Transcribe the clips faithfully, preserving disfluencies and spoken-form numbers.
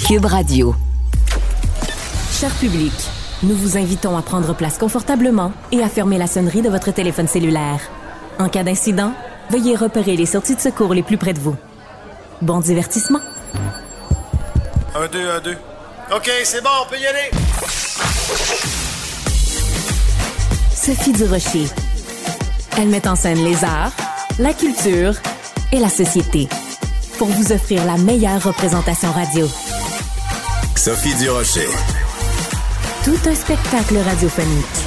Cube Radio. Cher public, nous vous invitons à prendre place confortablement et à fermer la sonnerie de votre téléphone cellulaire. En cas d'incident, veuillez repérer les sorties de secours les plus près de vous. Bon divertissement. Un, deux, un, deux. OK, c'est bon, on peut y aller. Sophie Durocher. Elle met en scène les arts, la culture et la société pour vous offrir la meilleure représentation radio. Sophie Durocher. Tout un spectacle radiophonique.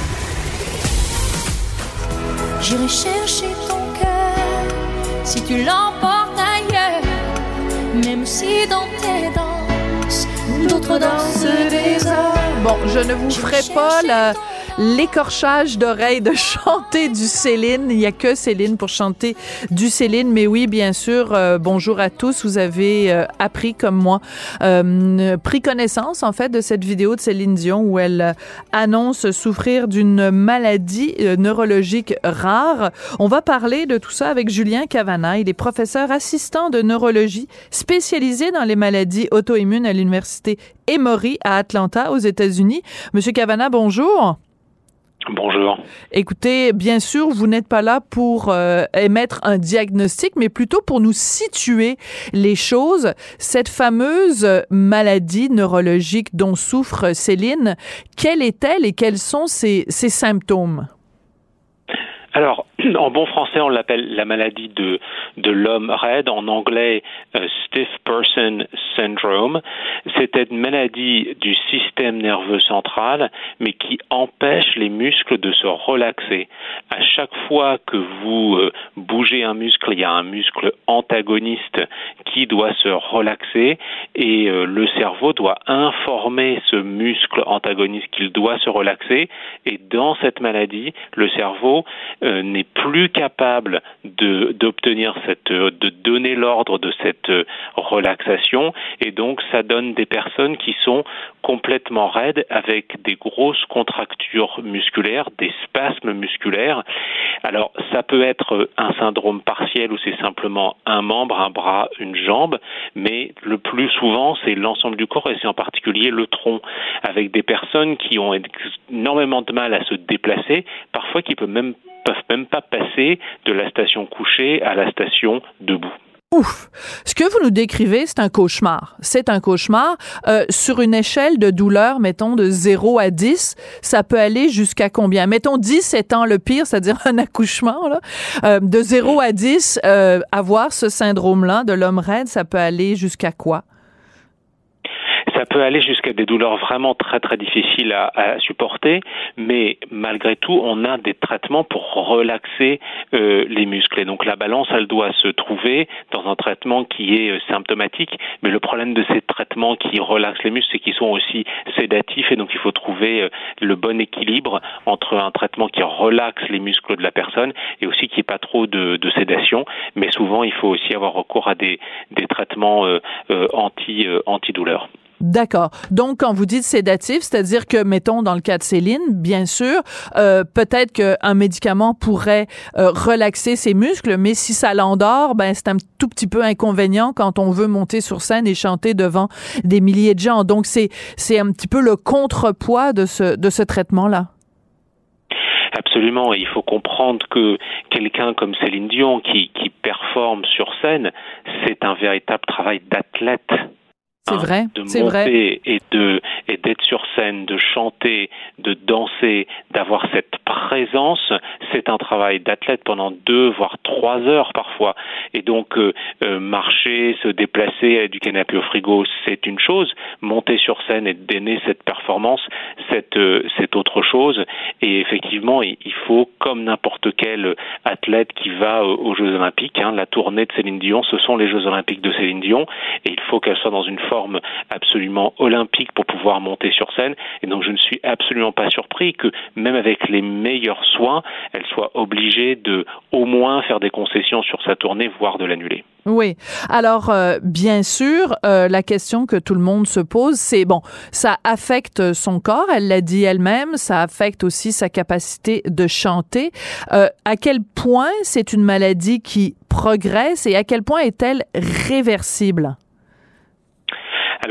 J'irai chercher ton cœur si tu l'emportes ailleurs, même si dans tes danses d'autres dansent des heures. Bon, je ne vous ferai pas la, l'écorchage d'oreilles de chanter du Céline. Il n'y a que Céline pour chanter du Céline. Mais oui, bien sûr, euh, bonjour à tous. Vous avez euh, appris, comme moi, euh, pris connaissance, en fait, de cette vidéo de Céline Dion où elle euh, annonce souffrir d'une maladie euh, neurologique rare. On va parler de tout ça avec Julien Cavana. Il est professeur assistant de neurologie spécialisé dans les maladies auto-immunes à l'Université Emory à Atlanta, aux États-Unis. Monsieur Cavana, bonjour. Bonjour. Écoutez, bien sûr, vous n'êtes pas là pour euh, émettre un diagnostic, mais plutôt pour nous situer les choses. Cette fameuse maladie neurologique dont souffre Céline, quelle est-elle et quels sont ses, ses symptômes? Alors, en bon français, on l'appelle la maladie de, de l'homme raide. En anglais, euh, Stiff Person Syndrome. C'est une maladie du système nerveux central, mais qui empêche les muscles de se relaxer. À chaque fois que vous euh, bougez un muscle, il y a un muscle antagoniste qui doit se relaxer et euh, le cerveau doit informer ce muscle antagoniste qu'il doit se relaxer. Et dans cette maladie, le cerveau euh, n'est plus capable de d'obtenir cette de donner l'ordre de cette relaxation, et donc ça donne des personnes qui sont complètement raides avec des grosses contractures musculaires, des spasmes musculaires. Alors ça peut être un syndrome partiel où c'est simplement un membre, un bras, une jambe, mais le plus souvent c'est l'ensemble du corps et c'est en particulier le tronc, avec des personnes qui ont énormément de mal à se déplacer, parfois qui peuvent même peuvent même pas passer de la station couchée à la station debout. Ouf! Ce que vous nous décrivez, c'est un cauchemar. C'est un cauchemar. Euh, sur une échelle de douleur, mettons, de zéro à dix, ça peut aller jusqu'à combien? Mettons dix étant le pire, c'est-à-dire un accouchement, là. Euh, de zéro à dix, euh, avoir ce syndrome-là de l'homme raide, ça peut aller jusqu'à quoi? Ça peut aller jusqu'à des douleurs vraiment très très difficiles à, à supporter, mais malgré tout, on a des traitements pour relaxer euh, les muscles. Et donc la balance, elle doit se trouver dans un traitement qui est euh, symptomatique. Mais le problème de ces traitements qui relaxent les muscles, c'est qu'ils sont aussi sédatifs, et donc il faut trouver euh, le bon équilibre entre un traitement qui relaxe les muscles de la personne et aussi qu'il n'y ait pas trop de, de sédation. Mais souvent, il faut aussi avoir recours à des, des traitements euh, euh, anti, euh, antidouleurs. D'accord. Donc, quand vous dites sédatif, c'est-à-dire que, mettons, dans le cas de Céline, bien sûr, euh, peut-être qu'un médicament pourrait euh, relaxer ses muscles, mais si ça l'endort, ben c'est un tout petit peu inconvénient quand on veut monter sur scène et chanter devant des milliers de gens. Donc, c'est c'est un petit peu le contrepoids de ce de ce traitement-là. Absolument, et il faut comprendre que quelqu'un comme Céline Dion qui qui performe sur scène, c'est un véritable travail d'athlète. C'est vrai, de c'est monter vrai. et de et d'être sur scène, de chanter, de danser, d'avoir cette présence, c'est un travail d'athlète pendant deux voire trois heures parfois. Et donc euh, euh, marcher, se déplacer, aller du canapé au frigo, c'est une chose. Monter sur scène et donner cette performance, c'est euh, c'est autre chose. Et effectivement, il, il faut, comme n'importe quel athlète qui va euh, aux Jeux Olympiques, hein, la tournée de Céline Dion, ce sont les Jeux Olympiques de Céline Dion, et il faut qu'elle soit dans une forme absolument olympique pour pouvoir monter sur scène. Et donc je ne suis absolument pas surpris que même avec les meilleurs soins, elle soit obligée de au moins faire des concessions sur sa tournée, voire de l'annuler. Oui. Alors, euh, bien sûr, euh, la question que tout le monde se pose, c'est, bon, ça affecte son corps, elle l'a dit elle-même, ça affecte aussi sa capacité de chanter. Euh, à quel point c'est une maladie qui progresse et à quel point est-elle réversible? Alors,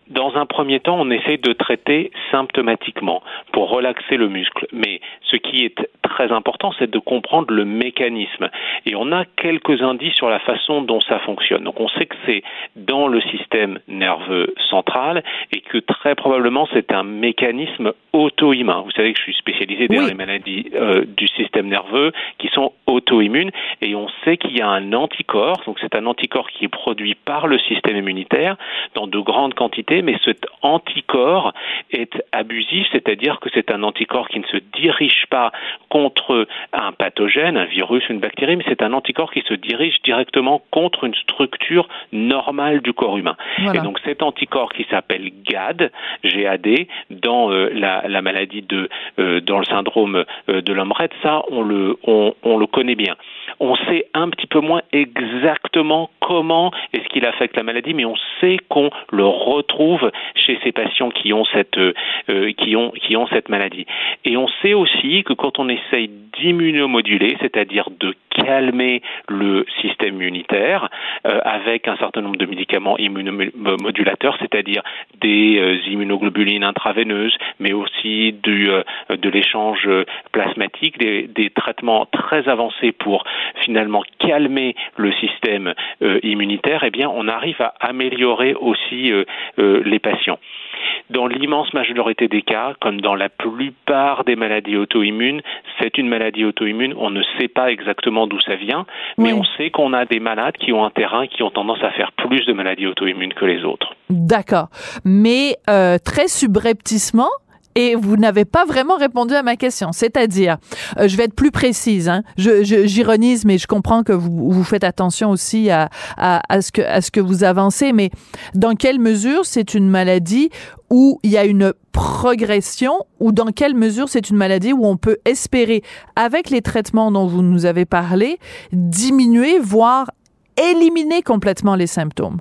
Dans un premier temps, on essaye de traiter symptomatiquement pour relaxer le muscle. Mais ce qui est très important, c'est de comprendre le mécanisme. Et on a quelques indices sur la façon dont ça fonctionne. Donc on sait que c'est dans le système nerveux central et que très probablement c'est un mécanisme auto-immun. Vous savez que je suis spécialisé dans oui. les maladies euh, du système nerveux qui sont auto-immunes et on sait qu'il y a un anticorps. Donc c'est un anticorps qui est produit par le système immunitaire dans de grandes quantités, mais cet anticorps est abusif, c'est-à-dire que c'est un anticorps qui ne se dirige pas contre un pathogène, un virus, une bactérie, mais c'est un anticorps qui se dirige directement contre une structure normale du corps humain. Voilà. Et donc cet anticorps qui s'appelle G A D, G A D, dans euh, la, la maladie de, euh, dans le syndrome euh, de l'homme raide, ça on le, on, on le connaît bien. On sait un petit peu moins exactement comment est-ce qu'il affecte la maladie, mais on sait qu'on le retrouve chez ces patients qui ont cette euh, qui ont qui ont cette maladie. Et on sait aussi que quand on essaye d'immunomoduler, c'est-à-dire de calmer le système immunitaire euh, avec un certain nombre de médicaments immunomodulateurs, c'est-à-dire des euh, immunoglobulines intraveineuses, mais aussi du euh, de l'échange plasmatique, des, des traitements très avancés pour finalement calmer le système euh, immunitaire, eh bien on arrive à améliorer aussi euh, euh, les patients. Dans l'immense majorité des cas, comme dans la plupart des maladies auto-immunes, c'est une maladie auto-immune, on ne sait pas exactement d'où ça vient, mais oui. on sait qu'on a des malades qui ont un terrain, qui ont tendance à faire plus de maladies auto-immunes que les autres. D'accord. Mais euh, très subrepticement, et vous n'avez pas vraiment répondu à ma question. C'est-à-dire, euh, je vais être plus précise, hein. Je, je, j'ironise, mais je comprends que vous, vous faites attention aussi à, à, à ce que, à ce que vous avancez. Mais dans quelle mesure c'est une maladie où il y a une progression, ou dans quelle mesure c'est une maladie où on peut espérer, avec les traitements dont vous nous avez parlé, diminuer, voire éliminer complètement les symptômes?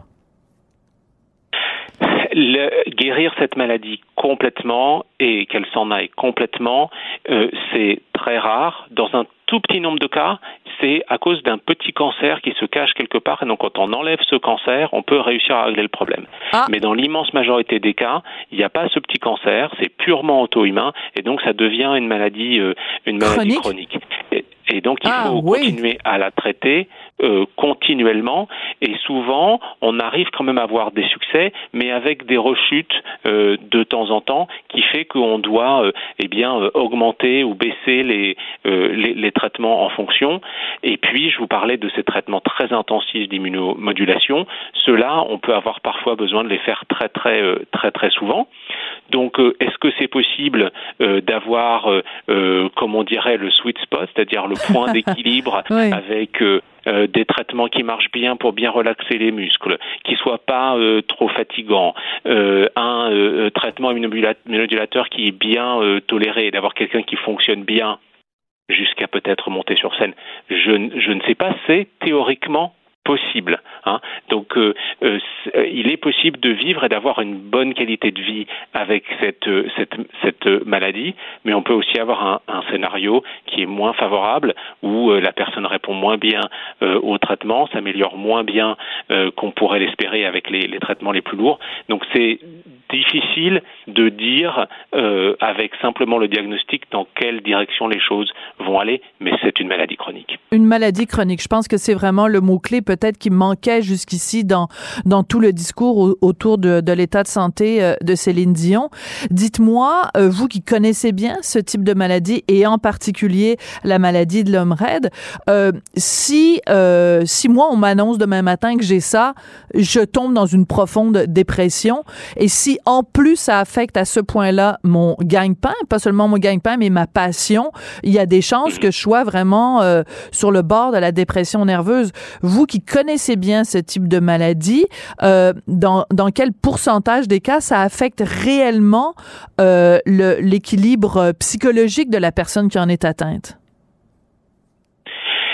Le, guérir cette maladie complètement et qu'elle s'en aille complètement, euh, c'est très rare. Dans un tout petit nombre de cas, c'est à cause d'un petit cancer qui se cache quelque part. Et donc, quand on enlève ce cancer, on peut réussir à régler le problème. Ah. Mais dans l'immense majorité des cas, il n'y a pas ce petit cancer. C'est purement auto-immun. Et donc, ça devient une maladie, euh, une maladie chronique. chronique. Et, et donc, il ah, faut oui. continuer à la traiter euh, continuellement. Et souvent, on arrive quand même à avoir des succès, mais avec des rechutes euh, de temps en temps, qui fait qu'on doit euh, eh bien, euh, augmenter ou baisser les, euh, les, les traitements en fonction. Et puis, je vous parlais de ces traitements très intensifs d'immunomodulation. Ceux-là, on peut avoir parfois besoin de les faire très, très, euh, très, très souvent. Donc, euh, est-ce que c'est possible euh, d'avoir, euh, euh, comme on dirait, le sweet spot, c'est-à-dire le point d'équilibre oui. avec euh, euh, des traitements qui marchent bien pour bien relaxer les muscles, qui soient pas euh, trop fatigants, euh, un euh, traitement immunomodulateur qui est bien euh, toléré, d'avoir quelqu'un qui fonctionne bien jusqu'à peut-être monter sur scène. Je, je ne sais pas, c'est théoriquement possible. Hein. Donc, euh, euh, il est possible de vivre et d'avoir une bonne qualité de vie avec cette, cette, cette maladie, mais on peut aussi avoir un, un scénario qui est moins favorable, où euh, la personne répond moins bien euh, au traitement, s'améliore moins bien euh, qu'on pourrait l'espérer avec les, les traitements les plus lourds. Donc, c'est difficile de dire euh, avec simplement le diagnostic dans quelle direction les choses vont aller, mais c'est une maladie chronique. Une maladie chronique. Je pense que c'est vraiment le mot-clé peut-être qui manquait jusqu'ici dans dans tout le discours au, autour de, de l'état de santé euh, de Céline Dion. Dites-moi, euh, vous qui connaissez bien ce type de maladie et en particulier la maladie de l'homme raide, euh, si euh, si moi on m'annonce demain matin que j'ai ça, je tombe dans une profonde dépression, et si en plus ça affecte à ce point-là mon gagne-pain, pas seulement mon gagne-pain mais ma passion, il y a des chances que je sois vraiment euh, sur le bord de la dépression nerveuse. Vous qui connaissez bien ce type de maladie, euh, dans, dans quel pourcentage des cas ça affecte réellement euh, le, l'équilibre psychologique de la personne qui en est atteinte?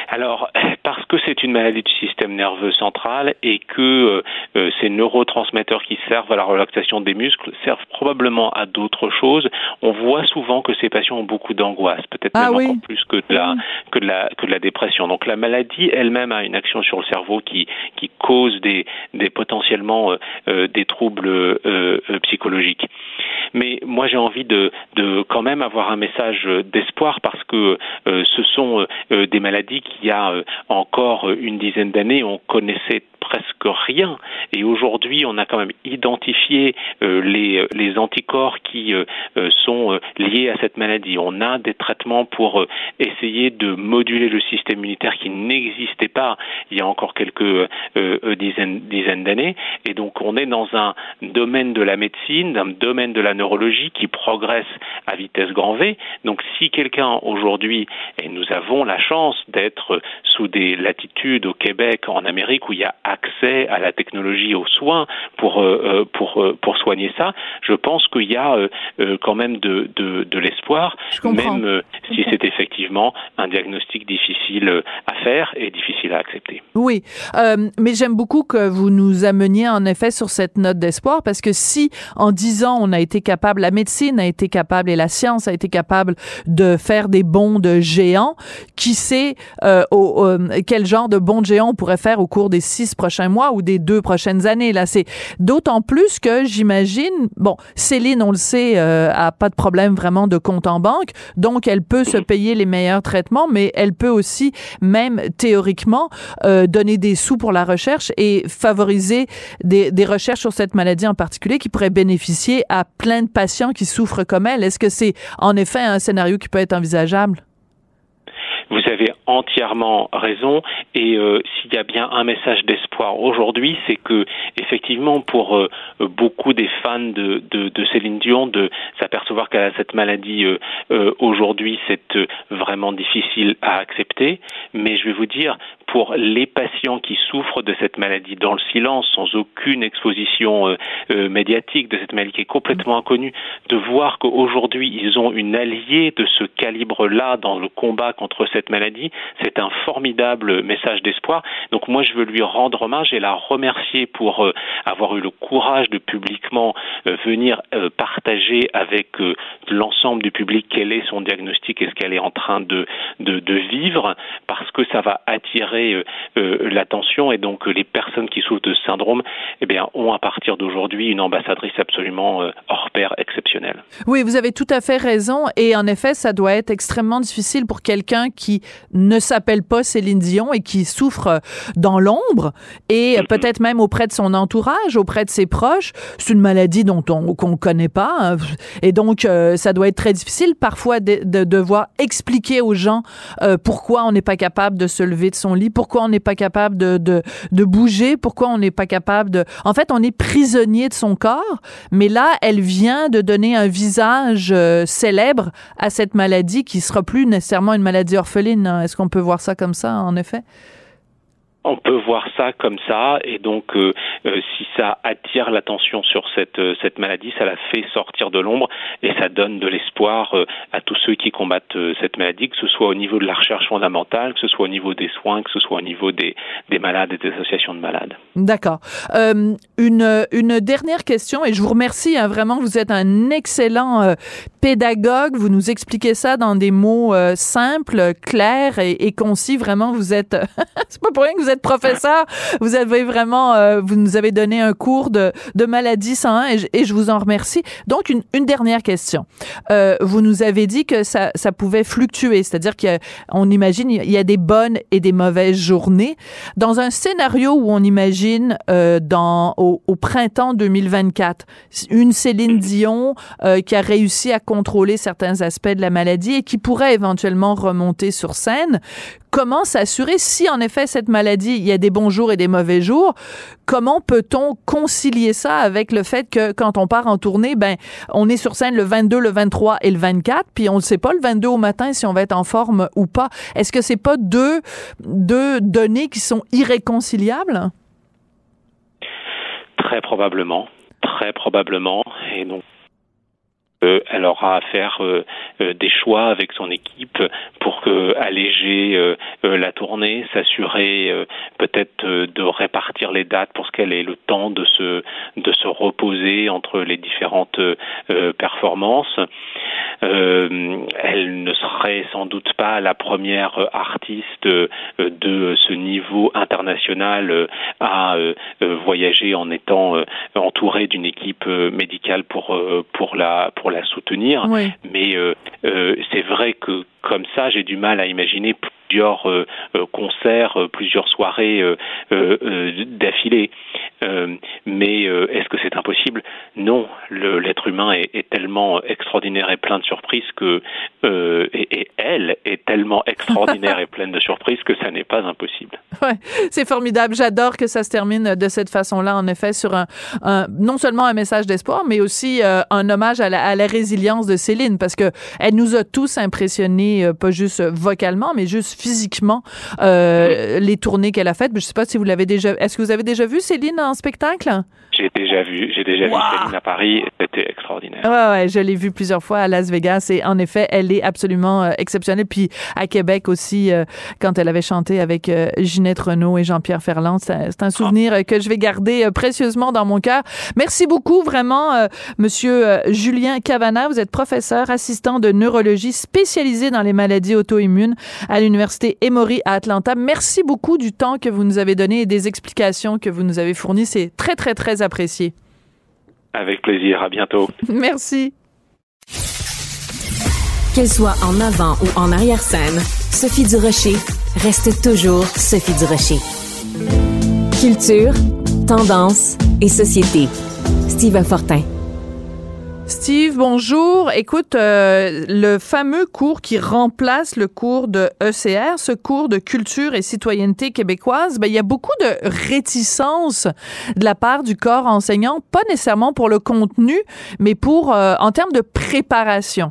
Alors, parce que c'est une maladie du système nerveux central et que euh, ces neurotransmetteurs qui servent à la relaxation des muscles servent probablement à d'autres choses, on voit souvent que ces patients ont beaucoup d'angoisse, peut-être ah, même oui. encore plus que de la que de la que de la dépression. Donc la maladie elle-même a une action sur le cerveau qui qui cause des des potentiellement euh, des troubles euh, euh, psychologiques. Mais moi j'ai envie de de quand même avoir un message d'espoir parce que euh, ce sont euh, des maladies qu'il y a euh, encore une dizaine d'années on connaissait presque rien et aujourd'hui on a quand même identifié euh, les les anticorps qui euh, sont euh, liés à cette maladie. On a des traitements pour euh, essayer de moduler le système immunitaire qui n'existait pas il y a encore quelques euh, dizaines dizaines d'années et donc on est dans un domaine de la médecine, un domaine de la neurologie qui progresse à vitesse grand V. Donc si quelqu'un aujourd'hui, et nous avons la chance d'être sous des latitudes au Québec, en Amérique où il y a accès à la technologie, aux soins pour euh, pour euh, pour soigner ça, je pense qu'il y a euh, quand même de de, de l'espoir, même euh, si c'est effectivement un diagnostic difficile à faire et difficile à accepter. Oui, euh, mais j'aime beaucoup que vous nous ameniez en effet sur cette note d'espoir parce que si en dix ans on a été capable, la médecine a été capable et la science a été capable de faire des bonds de géants, qui sait euh, au, au, quel genre de bonds de géants on pourrait faire au cours des six prochains mois ou des deux prochaines années. Là, c'est d'autant plus que j'imagine, bon, Céline, on le sait, euh, a pas de problème vraiment de compte en banque, donc elle peut se payer les meilleurs traitements, mais elle peut aussi, même théoriquement, euh, donner des sous pour la recherche et favoriser des, des recherches sur cette maladie en particulier qui pourraient bénéficier à plein de patients qui souffrent comme elle. Est-ce que c'est en effet un scénario qui peut être envisageable? Vous avez entièrement raison et euh, s'il y a bien un message d'espoir aujourd'hui, c'est que effectivement pour euh, beaucoup des fans de, de, de Céline Dion, de s'apercevoir qu'elle a cette maladie euh, euh, aujourd'hui, c'est euh, vraiment difficile à accepter. Mais je vais vous dire, pour les patients qui souffrent de cette maladie dans le silence, sans aucune exposition euh, euh, médiatique de cette maladie qui est complètement inconnue, de voir qu'aujourd'hui ils ont une alliée de ce calibre-là dans le combat contre cette maladie, c'est un formidable message d'espoir. Donc moi je veux lui rendre hommage et la remercier pour euh, avoir eu le courage de publiquement euh, venir euh, partager avec euh, l'ensemble du public quel est son diagnostic et ce qu'elle est en train de, de, de vivre, parce que ça va attirer Euh, euh, l'attention et donc euh, les personnes qui souffrent de ce syndrome eh bien, ont à partir d'aujourd'hui une ambassadrice absolument euh, hors pair exceptionnelle. Oui, vous avez tout à fait raison et en effet, ça doit être extrêmement difficile pour quelqu'un qui ne s'appelle pas Céline Dion et qui souffre dans l'ombre et mm-hmm. peut-être même auprès de son entourage, auprès de ses proches. C'est une maladie dont on qu'on connaît pas hein, et donc euh, ça doit être très difficile parfois de, de devoir expliquer aux gens euh, pourquoi on n'est pas capable de se lever de son lit, pourquoi on n'est pas capable de, de, de bouger, pourquoi on n'est pas capable de... En fait, on est prisonnier de son corps, mais là, elle vient de donner un visage euh, célèbre à cette maladie qui sera plus nécessairement une maladie orpheline. Hein. Est-ce qu'on peut voir ça comme ça, en effet? On peut voir ça comme ça et donc euh, euh, si ça attire l'attention sur cette euh, cette maladie, ça la fait sortir de l'ombre et ça donne de l'espoir euh, à tous ceux qui combattent euh, cette maladie, que ce soit au niveau de la recherche fondamentale, que ce soit au niveau des soins, que ce soit au niveau des des malades et des associations de malades. D'accord. Euh, une une dernière question et je vous remercie hein, vraiment, vous êtes un excellent euh, pédagogue, vous nous expliquez ça dans des mots euh, simples, clairs et, et concis. Vraiment, vous êtes c'est pas pour rien que vous êtes professeur, vous avez vraiment, euh, vous nous avez donné un cours de, de maladie cent un et je, et je vous en remercie. Donc, une, une dernière question. Euh, vous nous avez dit que ça, ça pouvait fluctuer, c'est-à-dire qu'on imagine, il y a des bonnes et des mauvaises journées. Dans un scénario où on imagine euh, dans, au, au printemps deux mille vingt-quatre, une Céline Dion euh, qui a réussi à contrôler certains aspects de la maladie et qui pourrait éventuellement remonter sur scène, comment s'assurer, si en effet cette maladie, il y a des bons jours et des mauvais jours, comment peut-on concilier ça avec le fait que quand on part en tournée, ben on est sur scène le vingt-deux, le vingt-trois et le vingt-quatre, puis on ne sait pas le vingt-deux au matin si on va être en forme ou pas. Est-ce que c'est pas deux, deux données qui sont irréconciliables? Très probablement, très probablement, et donc Euh, elle aura à faire euh, euh, des choix avec son équipe pour que, alléger euh, euh, la tournée, s'assurer euh, peut-être euh, de répartir les dates pour qu'elle ait le temps de se de se reposer entre les différentes euh, performances. Euh, elle ne serait sans doute pas la première artiste euh, de ce niveau international euh, à euh, voyager en étant euh, entourée d'une équipe euh, médicale pour euh, pour la pour la soutenir, oui. mais euh, euh, c'est vrai que comme ça, j'ai du mal à imaginer plusieurs euh, euh, concerts, euh, plusieurs soirées euh, euh, euh, d'affilée. Euh, mais euh, est-ce que c'est impossible ? Non, le, l'être humain est, est tellement extraordinaire et plein de surprises que euh, et, et elle est tellement extraordinaire et pleine de surprises que ça n'est pas impossible. Ouais, c'est formidable. J'adore que ça se termine de cette façon-là, en effet, sur un, un non seulement un message d'espoir, mais aussi euh, un hommage à la, à la résilience de Céline, parce que elle nous a tous impressionnés, euh, pas juste vocalement, mais juste physiquement, euh, mmh. les tournées qu'elle a faites. Je sais pas si vous l'avez déjà. Est-ce que vous avez déjà vu Céline en spectacle? J'ai déjà vu, j'ai déjà wow. vu Céline à Paris, c'était extraordinaire. Ouais, ouais, je l'ai vu plusieurs fois à Las Vegas et en effet, elle est absolument euh, exceptionnelle. Puis à Québec aussi, euh, quand elle avait chanté avec euh, Ginette Renault et Jean-Pierre Ferland, c'est, c'est un souvenir ah. que je vais garder euh, précieusement dans mon cœur. Merci beaucoup, vraiment, euh, Monsieur euh, Julien Cavana. Vous êtes professeur assistant de neurologie spécialisé dans les maladies auto-immunes à l'Université Emory à Atlanta. Merci beaucoup du temps que vous nous avez donné et des explications que vous nous avez fournies. C'est très, très, très apprécié. Avec plaisir. À bientôt. Merci. Qu'elle soit en avant ou en arrière-scène, Sophie Durocher reste toujours Sophie Durocher. Culture, tendance et société. Steve Fortin. Steve, bonjour. Écoute, euh, le fameux cours qui remplace le cours de E C R, ce cours de culture et citoyenneté québécoise, ben, il y a beaucoup de réticence de la part du corps enseignant, pas nécessairement pour le contenu, mais pour euh, en termes de préparation.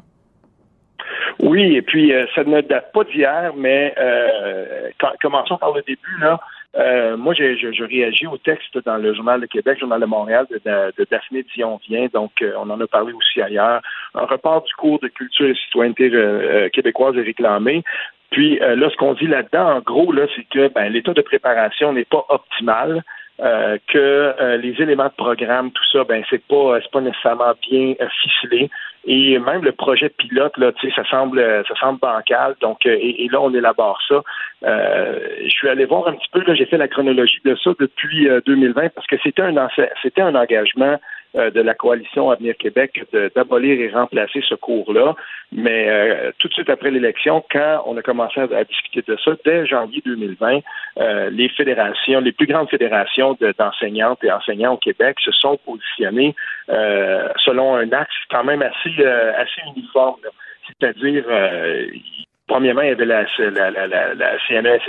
Oui, et puis euh, ça ne date pas d'hier, mais euh, quand, commençons par le début, là. Euh, moi, j'ai, je, je réagis au texte dans le Journal de Québec, Journal de Montréal, de, de, de Daphné Dion-Vien, donc euh, on en a parlé aussi ailleurs. Un report du cours de culture et citoyenneté euh, québécoise est réclamé. Puis euh, là, ce qu'on dit là-dedans, en gros, là, c'est que ben, l'état de préparation n'est pas optimal. Euh, que euh, les éléments de programme, tout ça, ben c'est pas c'est pas nécessairement bien euh, ficelé. Et même le projet pilote, là, tu sais, ça semble ça semble bancal. Donc, euh, et, et là, on élabore ça. Euh, je suis allé voir un petit peu, là, j'ai fait la chronologie de ça depuis euh, deux mille vingt parce que c'était un c'était un engagement euh, de la coalition Avenir Québec de, d'abolir et remplacer ce cours-là. Mais euh, tout de suite après l'élection, quand on a commencé à, à discuter de ça, dès janvier deux mille vingt, euh, les fédérations, les plus grandes fédérations de, d'enseignantes et enseignants au Québec se sont positionnés euh, selon un axe quand même assez euh, assez uniforme. Là. C'est-à-dire, euh, premièrement, il y avait la, la, la, la, la C N E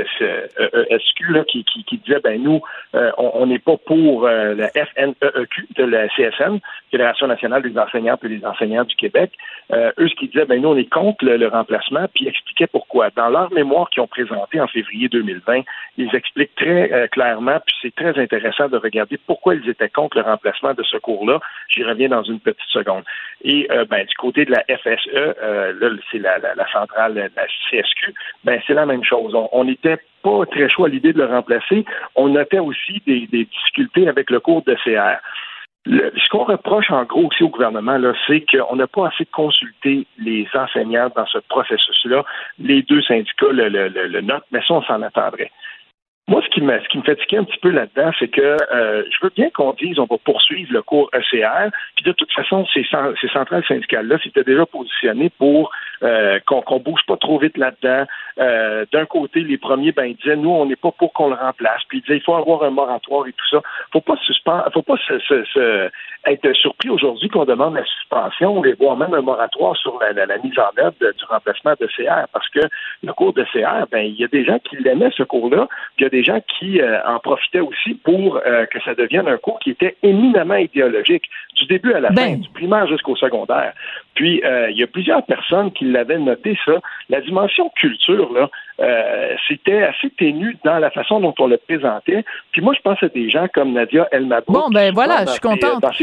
S Q là, qui, qui, qui disait, ben nous, euh, on n'est pas pour euh, la F N E E Q de la C S N, Fédération nationale des enseignantes et des enseignants du Québec. Euh, eux, ce qu'ils disaient, ben nous, on est contre le, le remplacement, puis ils expliquaient pourquoi. Dans leur mémoire qu'ils ont présenté en février deux mille vingt, ils expliquent très euh, clairement, puis c'est très intéressant de regarder pourquoi ils étaient contre le remplacement de ce cours-là. J'y reviens dans une petite seconde. Et euh, ben du côté de la F S E, euh, là, c'est la, la, la centrale, la C S Q, ben c'est la même chose. On n'était pas très chaud à l'idée de le remplacer. On notait aussi des, des difficultés avec le cours de C R. Le, ce qu'on reproche en gros aussi au gouvernement, là, c'est qu'on n'a pas assez consulté les enseignants dans ce processus-là. Les deux syndicats le, le, le, le notent, mais ça, on s'en attendrait. Moi, ce qui me, ce qui me fatiguait un petit peu là-dedans, c'est que euh, je veux bien qu'on dise on va poursuivre le cours E C R, puis de toute façon, ces, ces centrales syndicales-là s'étaient déjà positionnées pour euh, qu'on, qu'on bouge pas trop vite là-dedans. Euh, d'un côté, les premiers, ben ils disaient nous, on n'est pas pour qu'on le remplace, puis ils disaient il faut avoir un moratoire et tout ça. Faut pas suspendre, faut pas se, se, se être surpris aujourd'hui qu'on demande la suspension, voire même un moratoire sur la, la, la mise en œuvre de, du remplacement de C R, parce que le cours de C R, ben il y a des gens qui l'aimaient ce cours-là, puis il y a des gens qui euh, en profitaient aussi pour euh, que ça devienne un cours qui était éminemment idéologique, du début à la ben. fin, du primaire jusqu'au secondaire. Puis, euh, il y a plusieurs personnes qui l'avaient noté, ça. La dimension culture, là, euh, c'était assez ténu dans la façon dont on le présentait. Puis moi, je pense à des gens comme Nadia El Mabrouk. Bon, ben voilà, je suis contente. Dans ses...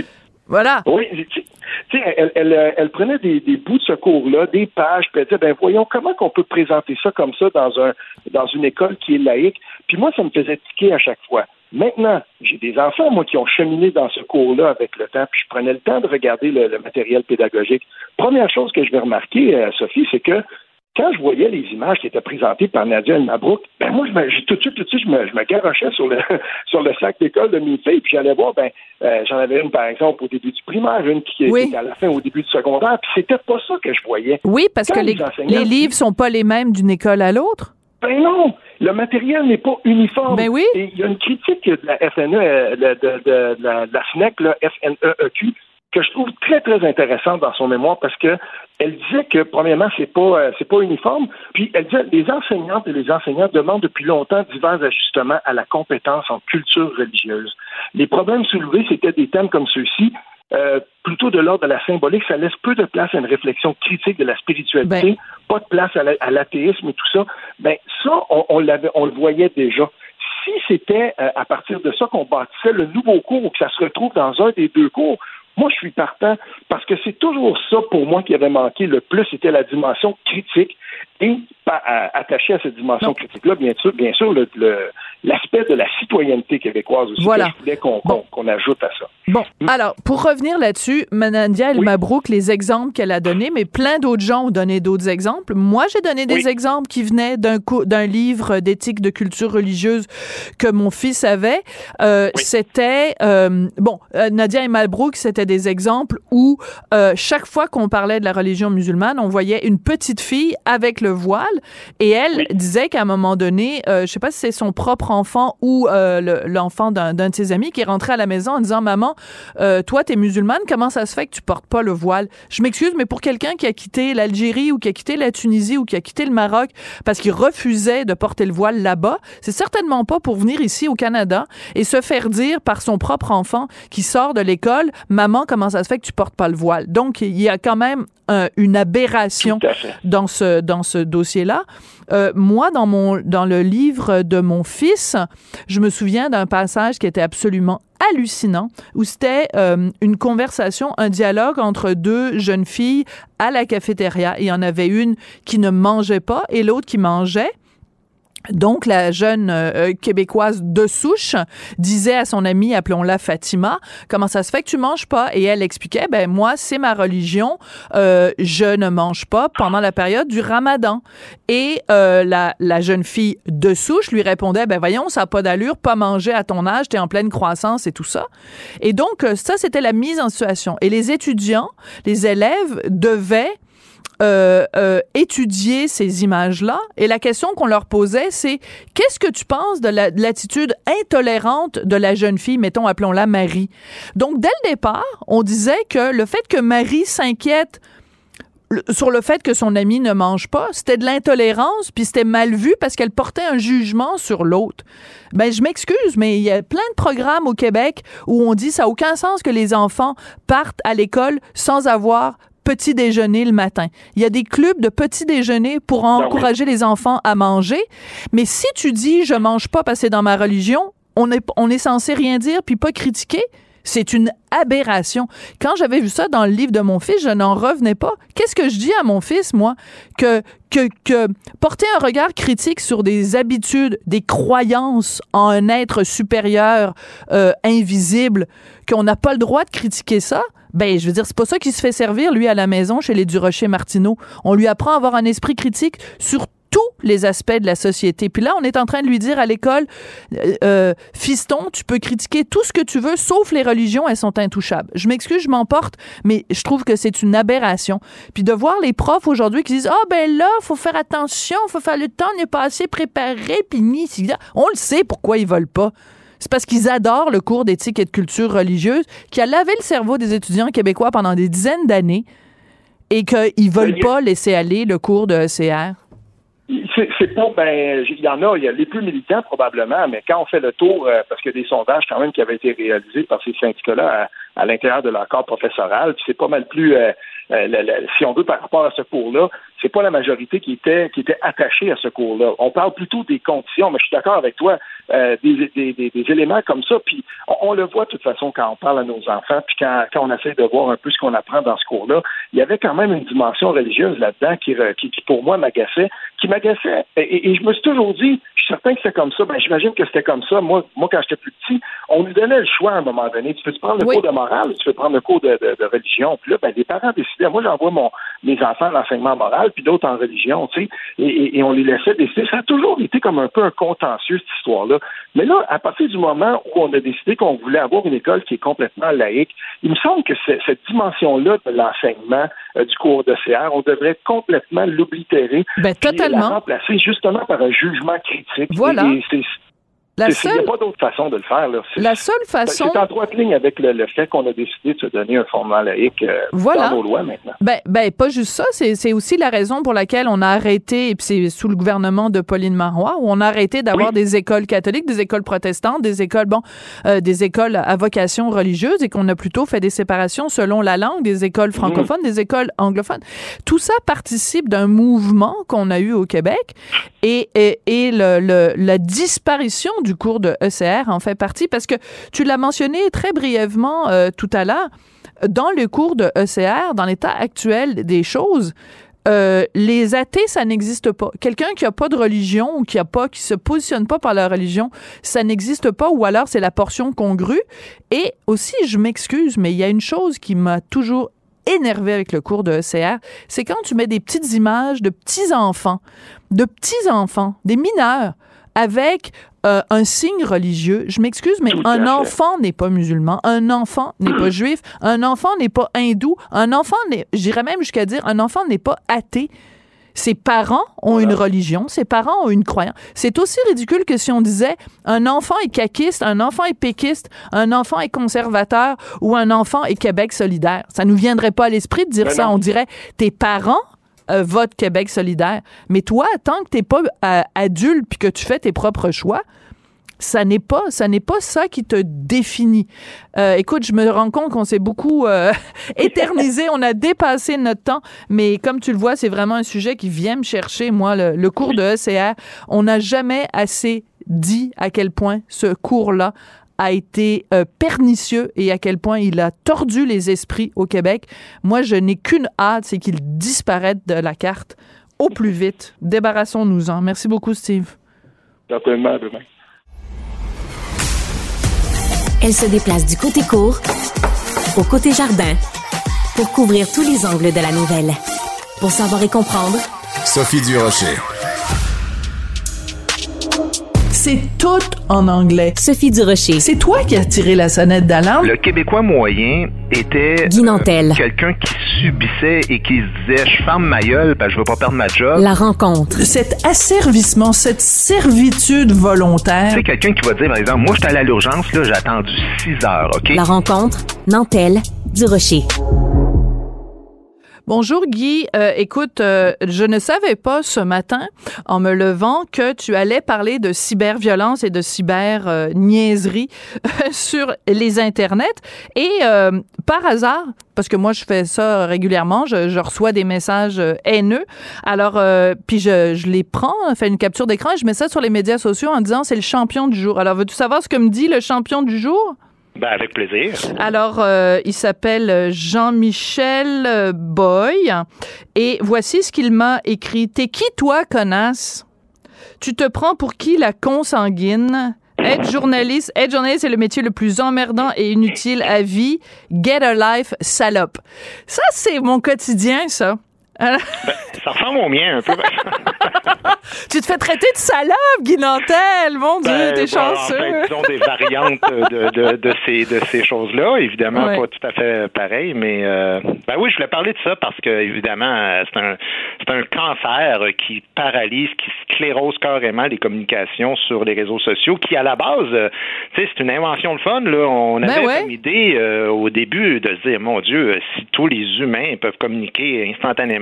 Voilà. Oui, tu sais, elle, elle, elle prenait des, des bouts de ce cours-là, des pages, puis elle disait, ben voyons, comment qu'on peut présenter ça comme ça dans un dans une école qui est laïque? Puis moi, ça me faisait tiquer à chaque fois. Maintenant, j'ai des enfants, moi, qui ont cheminé dans ce cours-là avec le temps, puis je prenais le temps de regarder le, le matériel pédagogique. Première chose que je vais remarquer, euh, Sophie, c'est que quand je voyais les images qui étaient présentées par Nadia El-Mabrouk, ben moi, je me, je, tout de suite, tout de suite, je me, je me garochais sur le sur le sac d'école de mes filles, puis j'allais voir, ben, euh, j'en avais une, par exemple, au début du primaire, une qui, oui. qui était à la fin, au début du secondaire, puis c'était pas ça que je voyais. Oui, parce quand que les, les, les livres sont pas les mêmes d'une école à l'autre. Ben non, le matériel n'est pas uniforme. Ben oui. Et il y a une critique de la F N E, de, de, de, de, la, de la F N E C, là, F N E E Q, que je trouve très, très intéressante dans son mémoire parce que elle disait que, premièrement, c'est pas euh, c'est pas uniforme. Puis elle disait les enseignantes et les enseignants demandent depuis longtemps divers ajustements à la compétence en culture religieuse. Les problèmes soulevés, c'était des thèmes comme ceux-ci, euh, plutôt de l'ordre de la symbolique. Ça laisse peu de place à une réflexion critique de la spiritualité, ben, pas de place à, la, à l'athéisme et tout ça. Ben ça, on, on l'avait, on le voyait déjà. Si c'était euh, à partir de ça qu'on bâtissait le nouveau cours ou que ça se retrouve dans un des deux cours, moi, je suis partant parce que c'est toujours ça, pour moi, qui avait manqué le plus, c'était la dimension critique. Et à, à, attaché à cette dimension non. critique-là, bien sûr, bien sûr, le, le, l'aspect de la citoyenneté québécoise aussi, voilà. que je voulais qu'on, bon. qu'on, qu'on ajoute à ça. Bon, hum. alors, pour revenir là-dessus, Nadia El-Mabrouk, oui. les exemples qu'elle a donnés, mais plein d'autres gens ont donné d'autres exemples. Moi, j'ai donné des oui. exemples qui venaient d'un, co- d'un livre d'éthique de culture religieuse que mon fils avait. Euh, oui. C'était, euh, bon, euh, Nadia El-Mabrouk, c'était des exemples où euh, chaque fois qu'on parlait de la religion musulmane, on voyait une petite fille avec le voile et elle oui. disait qu'à un moment donné, euh, je sais pas si c'est son propre enfant ou euh, le, l'enfant d'un, d'un de ses amis qui est rentré à la maison en disant « Maman, euh, toi, t'es musulmane, comment ça se fait que tu portes pas le voile? » Je m'excuse, mais pour quelqu'un qui a quitté l'Algérie ou qui a quitté la Tunisie ou qui a quitté le Maroc parce qu'il refusait de porter le voile là-bas, c'est certainement pas pour venir ici au Canada et se faire dire par son propre enfant qui sort de l'école « Maman, comment ça se fait que tu portes pas le voile? » Donc, il y a quand même euh, une aberration dans ce, dans ce dossier-là. Euh, moi, dans mon dans le livre de mon fils, je me souviens d'un passage qui était absolument hallucinant, où c'était euh, une conversation, un dialogue entre deux jeunes filles à la cafétéria. Il y en avait une qui ne mangeait pas et l'autre qui mangeait. Donc, la jeune euh, Québécoise de souche disait à son amie, appelons-la Fatima, « Comment ça se fait que tu manges pas? » Et elle expliquait, « Ben moi, c'est ma religion, euh, je ne mange pas pendant la période du Ramadan. » Et euh, la, la jeune fille de souche lui répondait, « Ben voyons, ça n'a pas d'allure, pas manger à ton âge, t'es en pleine croissance et tout ça. » Et donc, ça, c'était la mise en situation. Et les étudiants, les élèves devaient Euh, euh, étudier ces images-là. Et la question qu'on leur posait, c'est qu'est-ce que tu penses de, la, de l'attitude intolérante de la jeune fille, mettons, appelons-la Marie. Donc, dès le départ, on disait que le fait que Marie s'inquiète sur le fait que son amie ne mange pas, c'était de l'intolérance, puis c'était mal vu parce qu'elle portait un jugement sur l'autre. Ben, je m'excuse, mais il y a plein de programmes au Québec où on dit ça n'a aucun sens que les enfants partent à l'école sans avoir petit déjeuner le matin. Il y a des clubs de petit déjeuner pour encourager les enfants à manger, mais si tu dis « je mange pas parce que c'est dans ma religion », on est, on est censé rien dire puis pas critiquer. C'est une aberration. Quand j'avais vu ça dans le livre de mon fils, je n'en revenais pas. Qu'est-ce que je dis à mon fils, moi? Que, que, que porter un regard critique sur des habitudes, des croyances en un être supérieur, euh, invisible, qu'on n'a pas le droit de critiquer ça, ben, je veux dire, c'est pas ça qui se fait servir, lui, à la maison, chez les Durocher-Martineau. On lui apprend à avoir un esprit critique sur tous les aspects de la société. Puis là, on est en train de lui dire à l'école, euh, fiston, tu peux critiquer tout ce que tu veux, sauf les religions, elles sont intouchables. Je m'excuse, je m'emporte, mais je trouve que c'est une aberration. Puis de voir les profs aujourd'hui qui disent, ah oh, ben là, faut faire attention, faut faire le temps, n'est pas assez préparé, puis ni, si, on le sait pourquoi ils veulent pas. C'est parce qu'ils adorent le cours d'éthique et de culture religieuse qui a lavé le cerveau des étudiants québécois pendant des dizaines d'années et qu'ils veulent pas laisser aller le cours de E C R. C'est, c'est pas, ben, il y en a, il y a les plus militants probablement, mais quand on fait le tour, euh, parce qu'il y a des sondages quand même qui avaient été réalisés par ces syndicats-là à, à l'intérieur de leur corps professoral, puis c'est pas mal plus, euh, euh, la, la, si on veut par rapport à ce cours-là, c'est pas la majorité qui était qui était attachée à ce cours-là. On parle plutôt des conditions, mais je suis d'accord avec toi, euh, des, des, des, des éléments comme ça. Puis on, on le voit de toute façon quand on parle à nos enfants, puis quand, quand on essaie de voir un peu ce qu'on apprend dans ce cours-là. Il y avait quand même une dimension religieuse là-dedans qui, qui, qui pour moi, m'agaçait, qui m'agaçait. Et, et je me suis toujours dit, je suis certain que c'est comme ça. Ben, j'imagine que c'était comme ça. Moi, moi, quand j'étais plus petit, on nous donnait le choix à un moment donné. Tu peux prendre le oui. cours de morale, tu peux prendre le cours de, de, de religion. Puis là, ben, les parents décidaient. Moi, j'envoie mon, mes enfants à l'enseignement moral, puis d'autres en religion, tu sais, et, et, et on les laissait décider. Ça a toujours été comme un peu un contentieux, cette histoire-là. Mais là, à partir du moment où on a décidé qu'on voulait avoir une école qui est complètement laïque, il me semble que c'est, cette dimension-là de l'enseignement euh, du cours d'E C R, on devrait complètement l'oblitérer. Ben, totalement. La remplacer justement par un jugement critique. Voilà. Et, et c'est, La c'est, seule... Il n'y a pas d'autre façon de le faire. Là. C'est, la seule façon... C'est en droite ligne avec le, le fait qu'on a décidé de se donner un fondement laïque euh, voilà. dans nos lois maintenant. Ben, ben pas juste ça, c'est, c'est aussi la raison pour laquelle on a arrêté, et puis c'est sous le gouvernement de Pauline Marois, où on a arrêté d'avoir oui. des écoles catholiques, des écoles protestantes, des écoles, bon, euh, des écoles à vocation religieuse, et qu'on a plutôt fait des séparations selon la langue, des écoles francophones, mmh. des écoles anglophones. Tout ça participe d'un mouvement qu'on a eu au Québec, et, et, et le, le, la disparition du cours de E C R en fait partie, parce que tu l'as mentionné très brièvement euh, tout à l'heure, dans le cours de E C R, dans l'état actuel des choses, euh, les athées, ça n'existe pas. Quelqu'un qui a pas de religion ou qui a pas, qui se positionne pas par la religion, ça n'existe pas, ou alors c'est la portion congrue. Et aussi, je m'excuse, mais il y a une chose qui m'a toujours énervé avec le cours de E C R, c'est quand tu mets des petites images de petits-enfants, de petits-enfants, des mineurs, avec euh, un signe religieux. Je m'excuse, mais un enfant n'est pas musulman, un enfant n'est pas juif, un enfant n'est pas hindou, un enfant n'est, j'irais même jusqu'à dire, un enfant n'est pas athée. Ses parents ont voilà. une religion, ses parents ont une croyance. C'est aussi ridicule que si on disait un enfant est caquiste, un enfant est péquiste, un enfant est conservateur ou un enfant est Québec solidaire. Ça nous viendrait pas à l'esprit de dire ben ça. Non. On dirait tes parents Euh, vote Québec solidaire. Mais toi, tant que t'es pas euh, adulte puis que tu fais tes propres choix, ça n'est pas, ça n'est pas ça qui te définit. Euh, écoute, je me rends compte qu'on s'est beaucoup euh, éternisé, on a dépassé notre temps, mais comme tu le vois, c'est vraiment un sujet qui vient me chercher. Moi, le, le cours de E C R, on n'a jamais assez dit à quel point ce cours-là a été euh, pernicieux et à quel point il a tordu les esprits au Québec. Moi, je n'ai qu'une hâte, c'est qu'il disparaisse de la carte au plus vite. Débarrassons-nous-en. Merci beaucoup, Steve. Certainement, demain. Elle se déplace du côté court au côté jardin pour couvrir tous les angles de la nouvelle. Pour savoir et comprendre, Sophie Durocher. C'est tout en anglais. Sophie Durocher. C'est toi qui as tiré la sonnette d'alarme. Le Québécois moyen était Guy Nantel. Euh, quelqu'un qui subissait et qui se disait « Je ferme ma gueule, parce que je veux pas perdre ma job. » La rencontre. Cet asservissement, cette servitude volontaire. C'est quelqu'un qui va dire, par exemple, « Moi, je suis allé à l'urgence, là, j'ai attendu six heures, OK? » La rencontre. Nantel. Durocher. Bonjour Guy, euh, écoute, euh, je ne savais pas ce matin, en me levant, que tu allais parler de cyberviolence et de cyber-niaiserie euh, sur les internets. Et euh, par hasard, parce que moi je fais ça régulièrement, je, je reçois des messages haineux, alors euh, puis je, je les prends, fais une capture d'écran et je mets ça sur les médias sociaux en disant c'est le champion du jour. Alors veux-tu savoir ce que me dit le champion du jour? Ben, avec plaisir. Alors, euh, il s'appelle Jean-Michel Boy et voici ce qu'il m'a écrit. T'es qui, toi, connasse? Tu te prends pour qui, la consanguine? Être journaliste, être journaliste, c'est le métier le plus emmerdant et inutile à vie. Get a life, salope. Ça, c'est mon quotidien, ça. Ben, ça ressemble au mien un peu. Tu te fais traiter de salope, Guy Nantel, mon Dieu, ben, t'es chanceux. En fait, disons des variantes de, de, de, ces, de ces choses-là, évidemment ouais. pas tout à fait pareil, mais euh, ben oui, je voulais parler de ça parce que évidemment, c'est un, c'est un cancer qui paralyse, qui sclérose carrément les communications sur les réseaux sociaux, qui à la base, tu sais, c'est une invention de fun, là. On avait ben ouais. comme idée euh, au début de se dire, mon Dieu, si tous les humains peuvent communiquer instantanément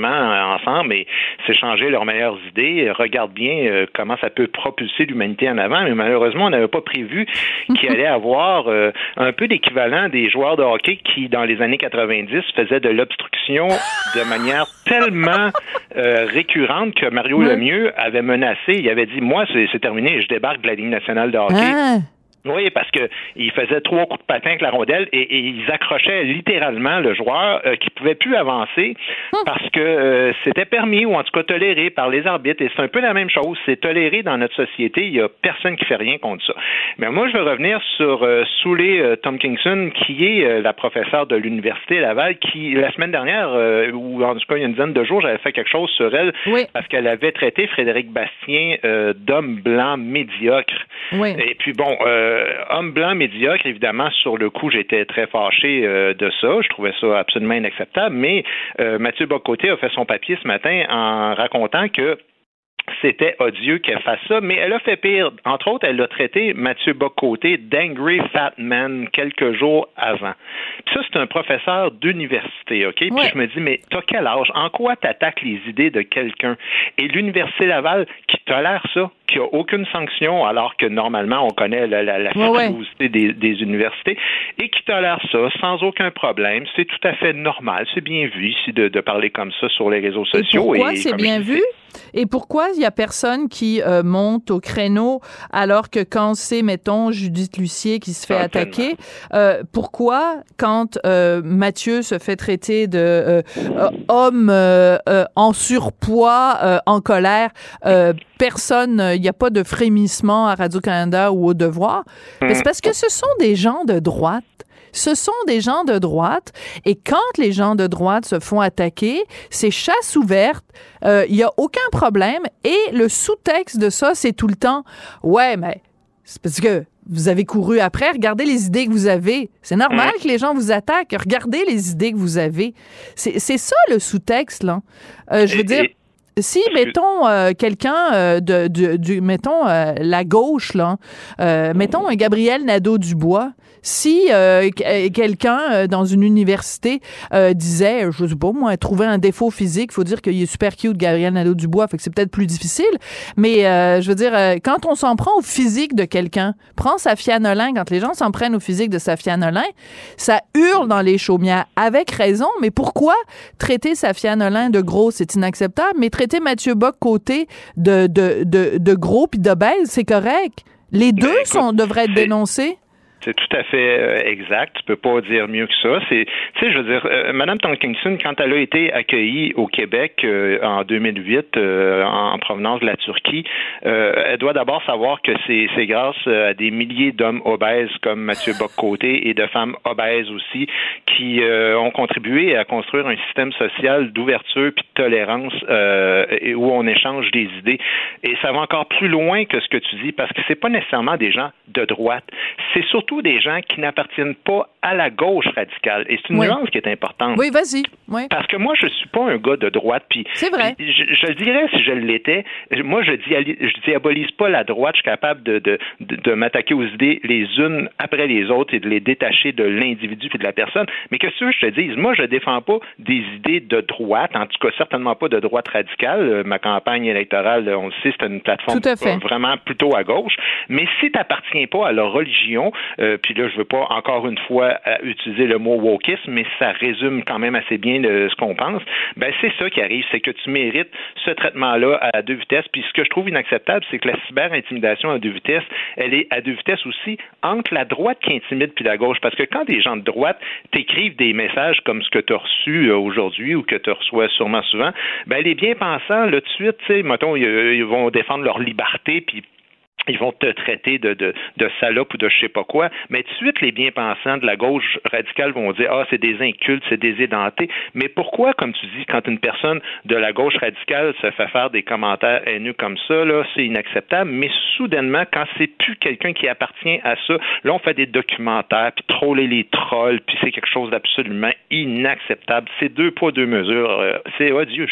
gouvernement ensemble et s'échanger leurs meilleures idées. Regarde bien euh, comment ça peut propulser l'humanité en avant, mais malheureusement, on n'avait pas prévu qu'il allait avoir euh, un peu l'équivalent des joueurs de hockey qui, dans les années quatre-vingt-dix, faisaient de l'obstruction de manière tellement euh, récurrente que Mario oui. Lemieux avait menacé. Il avait dit, moi, c'est, c'est terminé, je débarque de la Ligue nationale de hockey. Ah. Oui, parce que il faisait trois coups de patin avec la rondelle et, et ils accrochaient littéralement le joueur euh, qui pouvait plus avancer parce que euh, c'était permis ou en tout cas toléré par les arbitres. Et c'est un peu la même chose. C'est toléré dans notre société. Il y a personne qui fait rien contre ça. Mais moi, je veux revenir sur euh, Souley euh, Tomkinson, qui est euh, la professeure de l'Université Laval, qui, la semaine dernière, euh, ou en tout cas il y a une dizaine de jours, j'avais fait quelque chose sur elle oui. parce qu'elle avait traité Frédéric Bastien euh, d'homme blanc médiocre. Oui. Et puis bon, euh, Euh, homme blanc médiocre, évidemment, sur le coup, j'étais très fâché euh, de ça. Je trouvais ça absolument inacceptable. Mais euh, Mathieu Bock-Côté a fait son papier ce matin en racontant que c'était odieux qu'elle fasse ça, mais elle a fait pire. Entre autres, elle a traité Mathieu Bock-Côté d'angry fat man quelques jours avant. Puis ça, c'est un professeur d'université, OK? Puis ouais. je me dis, mais t'as quel âge? En quoi t'attaques les idées de quelqu'un? Et l'Université Laval, qui tolère ça, qui a aucune sanction, alors que normalement, on connaît la, la, la ouais, ouais. des, des universités, et qui tolère ça sans aucun problème. C'est tout à fait normal. C'est bien vu ici de, de parler comme ça sur les réseaux sociaux. Et pourquoi et, c'est bien vu? Et pourquoi il y a personne qui euh, monte au créneau alors que quand c'est, mettons, Judith Lucier qui se fait ah, attaquer, euh, pourquoi quand euh, Mathieu se fait traiter de euh, euh, homme euh, euh, en surpoids, euh, en colère, euh, personne, il n'y a pas de frémissement à Radio-Canada ou au Devoir? Mais c'est parce que ce sont des gens de droite. Ce sont des gens de droite et quand les gens de droite se font attaquer, c'est chasse ouverte, il euh, n'y a aucun problème et le sous-texte de ça, c'est tout le temps « Ouais, mais c'est parce que vous avez couru après, regardez les idées que vous avez. C'est normal que les gens vous attaquent, regardez les idées que vous avez. » C'est, c'est ça le sous-texte, là. Euh, je veux dire... Si, mettons, euh, quelqu'un euh, de, de, du, mettons, euh, la gauche, là, euh, mettons un Gabriel Nadeau-Dubois, si euh, quelqu'un euh, dans une université euh, disait, je sais pas moi, trouver un défaut physique, faut dire qu'il est super cute, Gabriel Nadeau-Dubois, fait que c'est peut-être plus difficile, mais euh, je veux dire, euh, quand on s'en prend au physique de quelqu'un, prends Safia Nolin, quand les gens s'en prennent au physique de Safia Nolin, ça hurle dans les chaumières, avec raison, mais pourquoi traiter Safia Nolin de grosse, c'est inacceptable, mais traiter Mathieu Bock-Côté de, de, de, de gros puis d'obèse, c'est correct. Les deux ben, écoute, sont, devraient être dénoncés. C'est tout à fait euh, exact. Tu peux pas dire mieux que ça. C'est, tu sais, je veux dire, euh, Mme Tomkinson, quand elle a été accueillie au Québec euh, en deux mille huit euh, en, en provenance de la Turquie, euh, elle doit d'abord savoir que c'est, c'est grâce à des milliers d'hommes obèses comme Mathieu Bock-Côté et de femmes obèses aussi qui euh, ont contribué à construire un système social d'ouverture puis de tolérance euh, où on échange des idées. Et ça va encore plus loin que ce que tu dis parce que c'est pas nécessairement des gens de droite. C'est surtout des gens qui n'appartiennent pas à la gauche radicale. Et c'est une oui. nuance qui est importante. Oui, vas-y. Oui. Parce que moi, je suis pas un gars de droite. Puis, c'est vrai. Puis, je, je dirais, si je l'étais, moi, je, dis, je diabolise pas la droite. Je suis capable de, de, de, de m'attaquer aux idées les unes après les autres et de les détacher de l'individu et de la personne. Mais qu'est-ce que je te dise? Moi, je défends pas des idées de droite. En tout cas, certainement pas de droite radicale. Ma campagne électorale, on le sait, c'était une plateforme vraiment plutôt à gauche. Mais si tu n'appartiens pas à la religion, Euh, puis là, je veux pas encore une fois euh, utiliser le mot wokisme, mais ça résume quand même assez bien de ce qu'on pense. Ben c'est ça qui arrive, c'est que tu mérites ce traitement-là à deux vitesses. Puis ce que je trouve inacceptable, c'est que la cyber-intimidation à deux vitesses, elle est à deux vitesses aussi entre la droite qui intimide puis la gauche. Parce que quand des gens de droite t'écrivent des messages comme ce que tu as reçu euh, aujourd'hui ou que tu reçois sûrement souvent, ben les bien-pensants, là, tout de suite, tu sais, mettons, ils, ils vont défendre leur liberté puis ils vont te traiter de, de, de salope ou de je sais pas quoi, mais tout de suite, les bien-pensants de la gauche radicale vont dire « Ah, c'est des incultes, c'est des édentés ». Mais pourquoi, comme tu dis, quand une personne de la gauche radicale se fait faire des commentaires haineux comme ça, là, c'est inacceptable, mais soudainement, quand c'est plus quelqu'un qui appartient à ça, là, on fait des documentaires, puis troller les trolls, puis c'est quelque chose d'absolument inacceptable. C'est deux poids, deux mesures. C'est odieux, je trouve.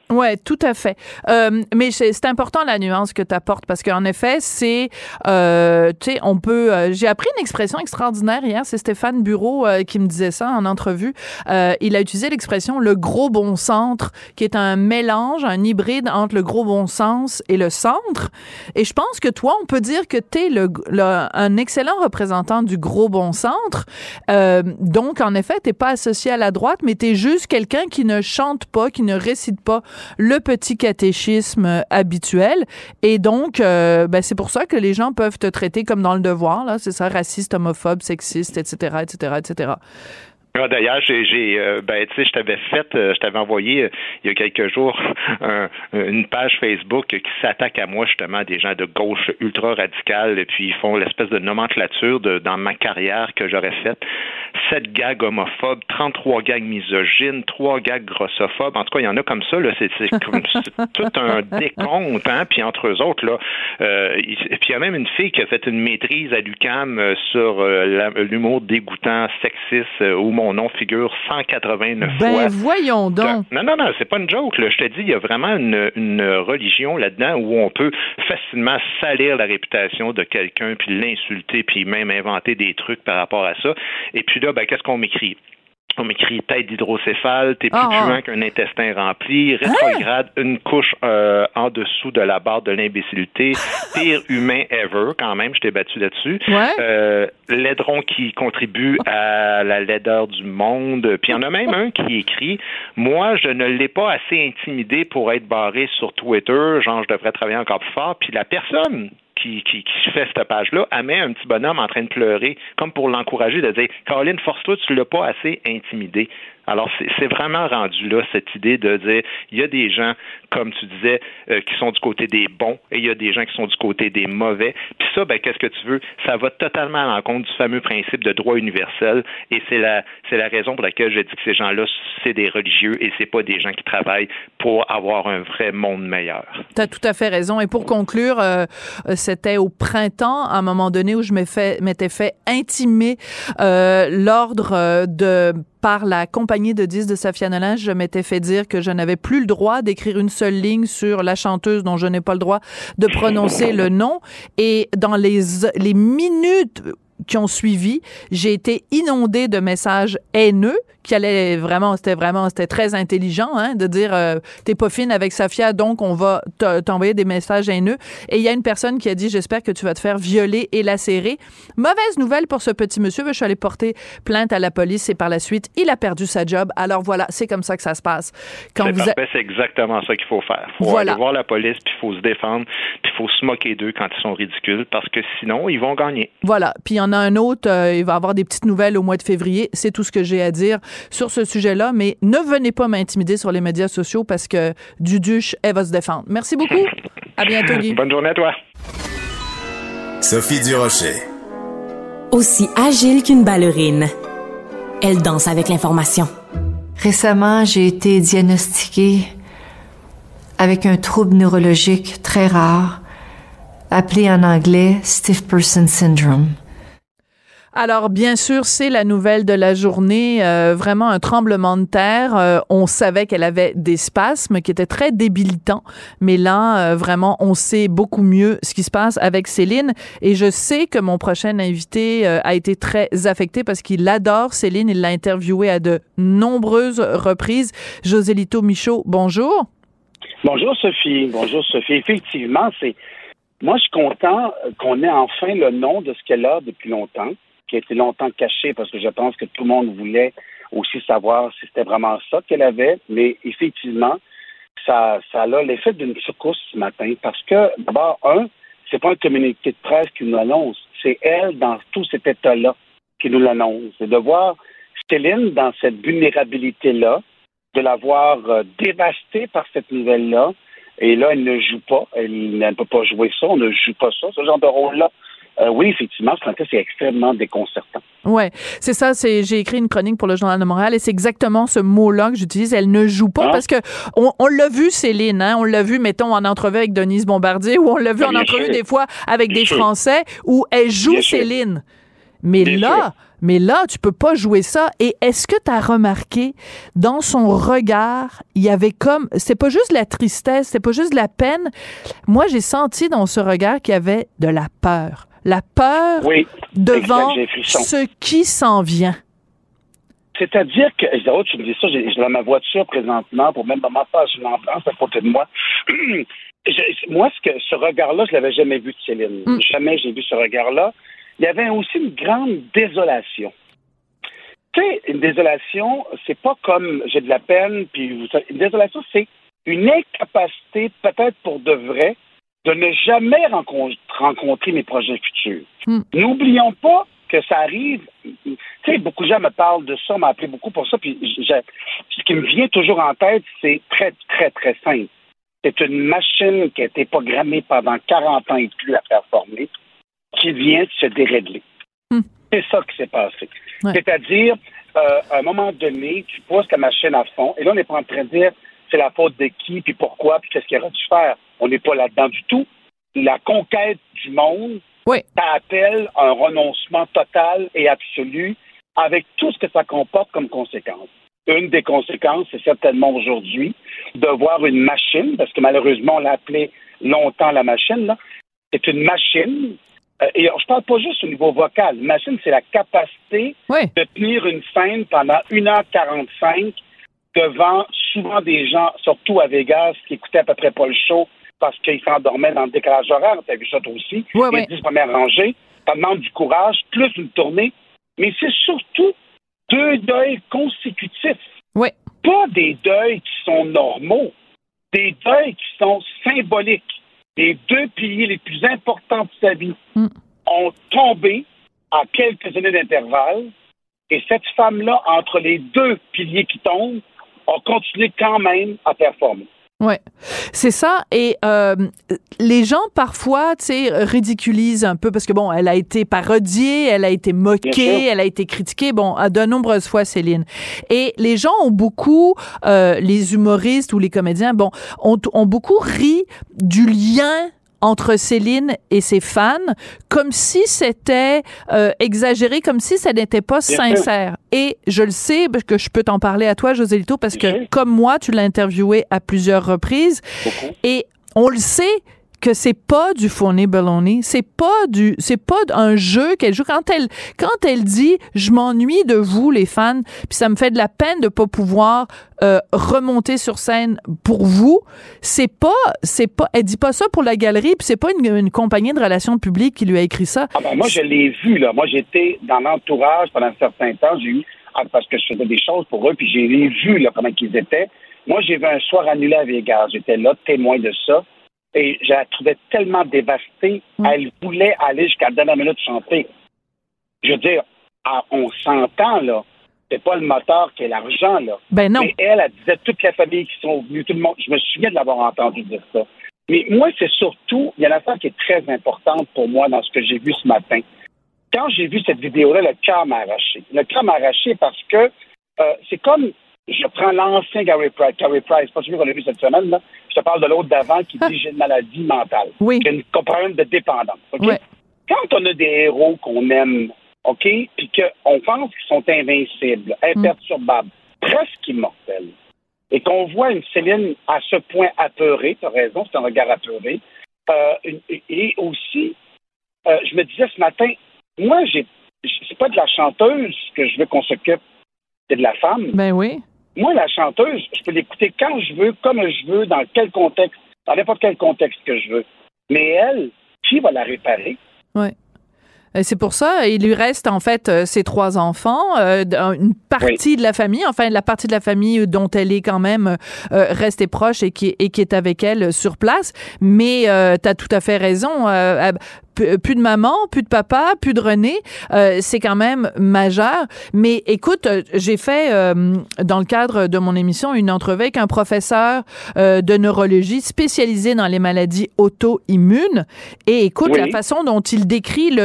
Ouais, tout à fait. Euh, mais c'est, c'est important la nuance que tu apportes parce qu'en effet, c'est, euh, tu sais, on peut. Euh, j'ai appris une expression extraordinaire hier. C'est Stéphane Bureau euh, qui me disait ça en entrevue. Euh, il a utilisé l'expression le gros bon centre, qui est un mélange, un hybride entre le gros bon sens et le centre. Et je pense que toi, on peut dire que t'es le, le un excellent représentant du gros bon centre. Euh, donc, en effet, t'es pas associé à la droite, mais t'es juste quelqu'un qui ne chante pas, qui ne récite pas le petit catéchisme habituel. Et donc, euh, ben, c'est pour ça que les gens peuvent te traiter comme dans Le Devoir, là, c'est ça, raciste, homophobe, sexiste, et cetera, et cetera, et cetera. Ah, d'ailleurs, j'ai, j'ai euh, ben, tu sais, je t'avais fait, euh, je t'avais envoyé euh, il y a quelques jours un, une page Facebook qui s'attaque à moi, justement, des gens de gauche ultra radicale, et puis ils font l'espèce de nomenclature de, dans ma carrière que j'aurais faite. sept gags homophobes, trente-trois gags misogynes, trois gags grossophobes. En tout cas, il y en a comme ça, là. C'est, c'est, comme, c'est tout un décompte, hein. Puis entre eux autres, là, euh, il, puis il y a même une fille qui a fait une maîtrise à l'U Q A M euh, sur euh, la, l'humour dégoûtant, sexiste, euh, où mon nom figure cent quatre-vingt-neuf ben, fois. Ben voyons donc. Non, non, non, c'est pas une joke, là. Je te dis, il y a vraiment une, une religion là-dedans où on peut facilement salir la réputation de quelqu'un, puis l'insulter, puis même inventer des trucs par rapport à ça. Et puis là, ben, qu'est-ce qu'on m'écrit? On m'écrit tête d'hydrocéphale, t'es plus oh, puant oh. qu'un intestin rempli, rétrograde, hein? Une couche euh, en dessous de la barre de l'imbécilité, pire humain ever, quand même, je t'ai battu là-dessus. Ouais. Euh, l'aideron qui contribue à la laideur du monde. Puis il y en a même un qui écrit « Moi, je ne l'ai pas assez intimidé pour être barré sur Twitter, genre je devrais travailler encore plus fort. » Puis la personne Qui, qui, qui fait cette page-là, elle met un petit bonhomme en train de pleurer, comme pour l'encourager, de dire « Caroline, force-toi, tu l'as pas assez intimidé. » Alors, c'est, c'est vraiment rendu là, cette idée de dire, il y a des gens, comme tu disais, euh, qui sont du côté des bons, et il y a des gens qui sont du côté des mauvais. Puis ça, ben, qu'est-ce que tu veux? Ça va totalement à l'encontre du fameux principe de droit universel, et c'est la, c'est la raison pour laquelle je dis que ces gens-là, c'est des religieux, et c'est pas des gens qui travaillent pour avoir un vrai monde meilleur. Tu as tout à fait raison. Et pour conclure, euh, c'était au printemps, à un moment donné, où je m'étais fait, m'étais fait intimer euh, l'ordre euh, de... par la compagnie de disques de Safia Nolin, je m'étais fait dire que je n'avais plus le droit d'écrire une seule ligne sur la chanteuse dont je n'ai pas le droit de prononcer le nom. Et dans les, les minutes qui ont suivi, j'ai été inondée de messages haineux qui allaient vraiment, c'était vraiment, c'était très intelligent, hein, de dire euh, t'es pas fine avec Safia, donc on va t'envoyer des messages haineux. Et il y a une personne qui a dit j'espère que tu vas te faire violer et lacérer. Mauvaise nouvelle pour ce petit monsieur. Je suis allée porter plainte à la police et par la suite il a perdu sa job. Alors voilà, c'est comme ça que ça se passe. Quand c'est vous parfait, a... c'est exactement ça qu'il faut faire. Il faut voilà. aller voir la police, puis il faut se défendre, puis il faut se moquer d'eux quand ils sont ridicules, parce que sinon ils vont gagner. Voilà. Puis il y en a un autre, euh, il va avoir des petites nouvelles au mois de février. C'est tout ce que j'ai à dire sur ce sujet-là, mais ne venez pas m'intimider sur les médias sociaux parce que Duduche, elle va se défendre. Merci beaucoup. À bientôt, Guy. Bonne journée à toi. Sophie Durocher. Aussi agile qu'une ballerine, elle danse avec l'information. Récemment, j'ai été diagnostiquée avec un trouble neurologique très rare, appelé en anglais Stiff Person Syndrome. Alors, bien sûr, c'est la nouvelle de la journée, euh, vraiment un tremblement de terre. Euh, on savait qu'elle avait des spasmes qui étaient très débilitants, mais là, euh, vraiment, on sait beaucoup mieux ce qui se passe avec Céline. Et je sais que mon prochain invité euh, a été très affecté parce qu'il adore Céline. Il l'a interviewée à de nombreuses reprises. Josélito Michaud, bonjour. Bonjour, Sophie. Bonjour, Sophie. Effectivement, c'est... Moi, je suis content qu'on ait enfin le nom de ce qu'elle a depuis longtemps, qui a été longtemps caché parce que je pense que tout le monde voulait aussi savoir si c'était vraiment ça qu'elle avait. Mais effectivement, ça, ça a l'effet d'une secousse ce matin parce que, d'abord, un, c'est pas un communiqué de presse qui nous l'annonce, c'est elle dans tout cet état-là qui nous l'annonce. C'est de voir Céline dans cette vulnérabilité-là, de la voir euh, dévastée par cette nouvelle-là. Et là, elle ne joue pas. Elle ne peut pas jouer ça. On ne joue pas ça, ce genre de rôle-là. Euh, oui, effectivement, c'est extrêmement déconcertant. Oui, c'est ça. C'est, j'ai écrit une chronique pour le Journal de Montréal et c'est exactement ce mot-là que j'utilise. Elle ne joue pas hein? Parce que on, on l'a vu, Céline, hein? On l'a vu, mettons, en entrevue avec Denise Bombardier ou on l'a vu bien en entrevue sûr. Des fois avec bien des sûr. Français où elle joue bien Céline. Sûr. Mais bien là, sûr. Mais là, tu peux pas jouer ça. Et est-ce que tu as remarqué, dans son regard, il y avait comme... C'était pas juste de la tristesse, c'était pas juste de la peine. Moi, j'ai senti dans ce regard qu'il y avait de la peur. La peur oui, devant exact, ce qui s'en vient. C'est-à-dire que, Isaura, tu me dis ça, j'ai, j'ai dans ma voiture présentement, pour même maman faire une ambulance à côté de moi. je, moi, ce, que, ce regard-là, je l'avais jamais vu de Céline. Mm. Jamais j'ai vu ce regard-là. Il y avait aussi une grande désolation. Tu sais, une désolation, c'est pas comme j'ai de la peine, puis vous savez, une désolation, c'est une incapacité, peut-être pour de vrai, de ne jamais rencontrer mes projets futurs. Mm. N'oublions pas que ça arrive. Tu sais, beaucoup de gens me parlent de ça, m'ont appelé beaucoup pour ça, puis je, ce qui me vient toujours en tête, c'est très, très, très simple. C'est une machine qui a été programmée pendant quarante ans et plus à performer, qui vient de se dérégler. Mm. C'est ça qui s'est passé. Ouais. C'est-à-dire, euh, à un moment donné, tu pousses ta machine à fond, et là, on n'est pas en train de dire c'est la faute de qui, puis pourquoi, puis qu'est-ce qu'il aurait dû faire. On n'est pas là-dedans du tout. La conquête du monde, oui. Ça appelle un renoncement total et absolu avec tout ce que ça comporte comme conséquence. Une des conséquences, c'est certainement aujourd'hui de voir une machine, parce que malheureusement, on l'a appelée longtemps la machine, là. C'est une machine, euh, et je parle pas juste au niveau vocal. Une machine, c'est la capacité oui. de tenir une scène pendant une heure quarante-cinq devant souvent des gens, surtout à Vegas, qui écoutaient à peu près pas le show, parce qu'ils s'endormaient dans le décalage horaire. Tu as vu ça toi aussi. Oui, les oui. dix premières rangées. Ça demande du courage, plus une tournée. Mais c'est surtout deux deuils consécutifs. Oui. Pas des deuils qui sont normaux. Des deuils qui sont symboliques. Les deux piliers les plus importants de sa vie mm. ont tombé à quelques années d'intervalle. Et cette femme-là, entre les deux piliers qui tombent, a continué quand même à performer. Ouais, c'est ça. Et euh, les gens parfois, tu sais, ridiculisent un peu parce que bon, elle a été parodiée, elle a été moquée, elle a été critiquée, bon, de nombreuses fois, Céline. Et les gens ont beaucoup, euh, les humoristes ou les comédiens, bon, ont, ont beaucoup ri du lien entre Céline et ses fans, comme si c'était euh, exagéré, comme si ça n'était pas Bien sincère. Sûr. Et je le sais, parce que je peux t'en parler à toi, José Lito, parce que, oui. comme moi, tu l'as interviewé à plusieurs reprises. Beaucoup. Et on le sait que c'est pas du phony baloney, c'est pas du, c'est pas un jeu qu'elle joue. Quand elle, quand elle dit « je m'ennuie de vous, les fans, puis ça me fait de la peine de pas pouvoir euh, remonter sur scène pour vous », c'est pas, c'est pas, elle dit pas ça pour la galerie, puis c'est pas une, une compagnie de relations publiques qui lui a écrit ça. Ah ben moi, je l'ai vu, là. Moi, j'étais dans l'entourage pendant un certain temps, j'ai eu, parce que je faisais des choses pour eux, puis j'ai vu, là, comment ils étaient. Moi, j'ai vu un soir annulé à Vegas. J'étais là, témoin de ça. Et je la trouvais tellement dévastée. Mmh. Elle voulait aller jusqu'à la dernière minute chanter. Je veux dire, on s'entend, là. C'est pas le moteur qui est l'argent, là. Ben non. Mais elle, elle disait toutes les familles qui sont venues, tout le monde. Je me souviens de l'avoir entendu dire ça. Mais moi, c'est surtout, il y a une affaire qui est très importante pour moi dans ce que j'ai vu ce matin. Quand j'ai vu cette vidéo-là, le cœur m'a arraché. Le cœur m'a arraché parce que euh, c'est comme... Je prends l'ancien Gary Price. Gary Price, pas celui qu'on a vu cette semaine, là. Je te parle de l'autre d'avant qui dit j'ai une maladie mentale. Oui. J'ai un problème de dépendance. OK? Ouais. Quand on a des héros qu'on aime, OK, puis qu'on pense qu'ils sont invincibles, imperturbables, mm. presque immortels, et qu'on voit une Céline à ce point apeurée, tu as raison, c'est un regard apeuré, euh, une, et aussi, euh, je me disais ce matin, moi, j'ai, c'est pas de la chanteuse que je veux qu'on s'occupe, c'est de la femme. Ben oui. Moi, la chanteuse, je peux l'écouter quand je veux, comme je veux, dans quel contexte, dans n'importe quel contexte que je veux. Mais elle, qui va la réparer? Oui. C'est pour ça, il lui reste en fait euh, ses trois enfants, euh, une partie oui. de la famille, enfin la partie de la famille dont elle est quand même euh, restée proche et qui, et qui est avec elle sur place. Mais euh, tu as tout à fait raison. Euh, plus de maman, plus de papa, plus de René, euh, c'est quand même majeur. Mais écoute, j'ai fait euh, dans le cadre de mon émission une entrevue avec un professeur euh, de neurologie spécialisé dans les maladies auto-immunes. Et écoute, oui. la façon dont il décrit le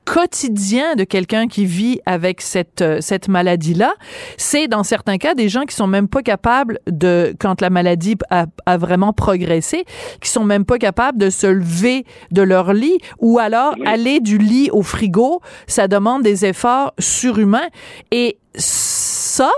quotidien de quelqu'un qui vit avec cette euh, cette maladie-là. C'est dans certains cas des gens qui sont même pas capables de, quand la maladie a, a vraiment progressé, qui sont même pas capables de se lever de leur lit, ou alors oui. aller du lit au frigo, ça demande des efforts surhumains. Et ça,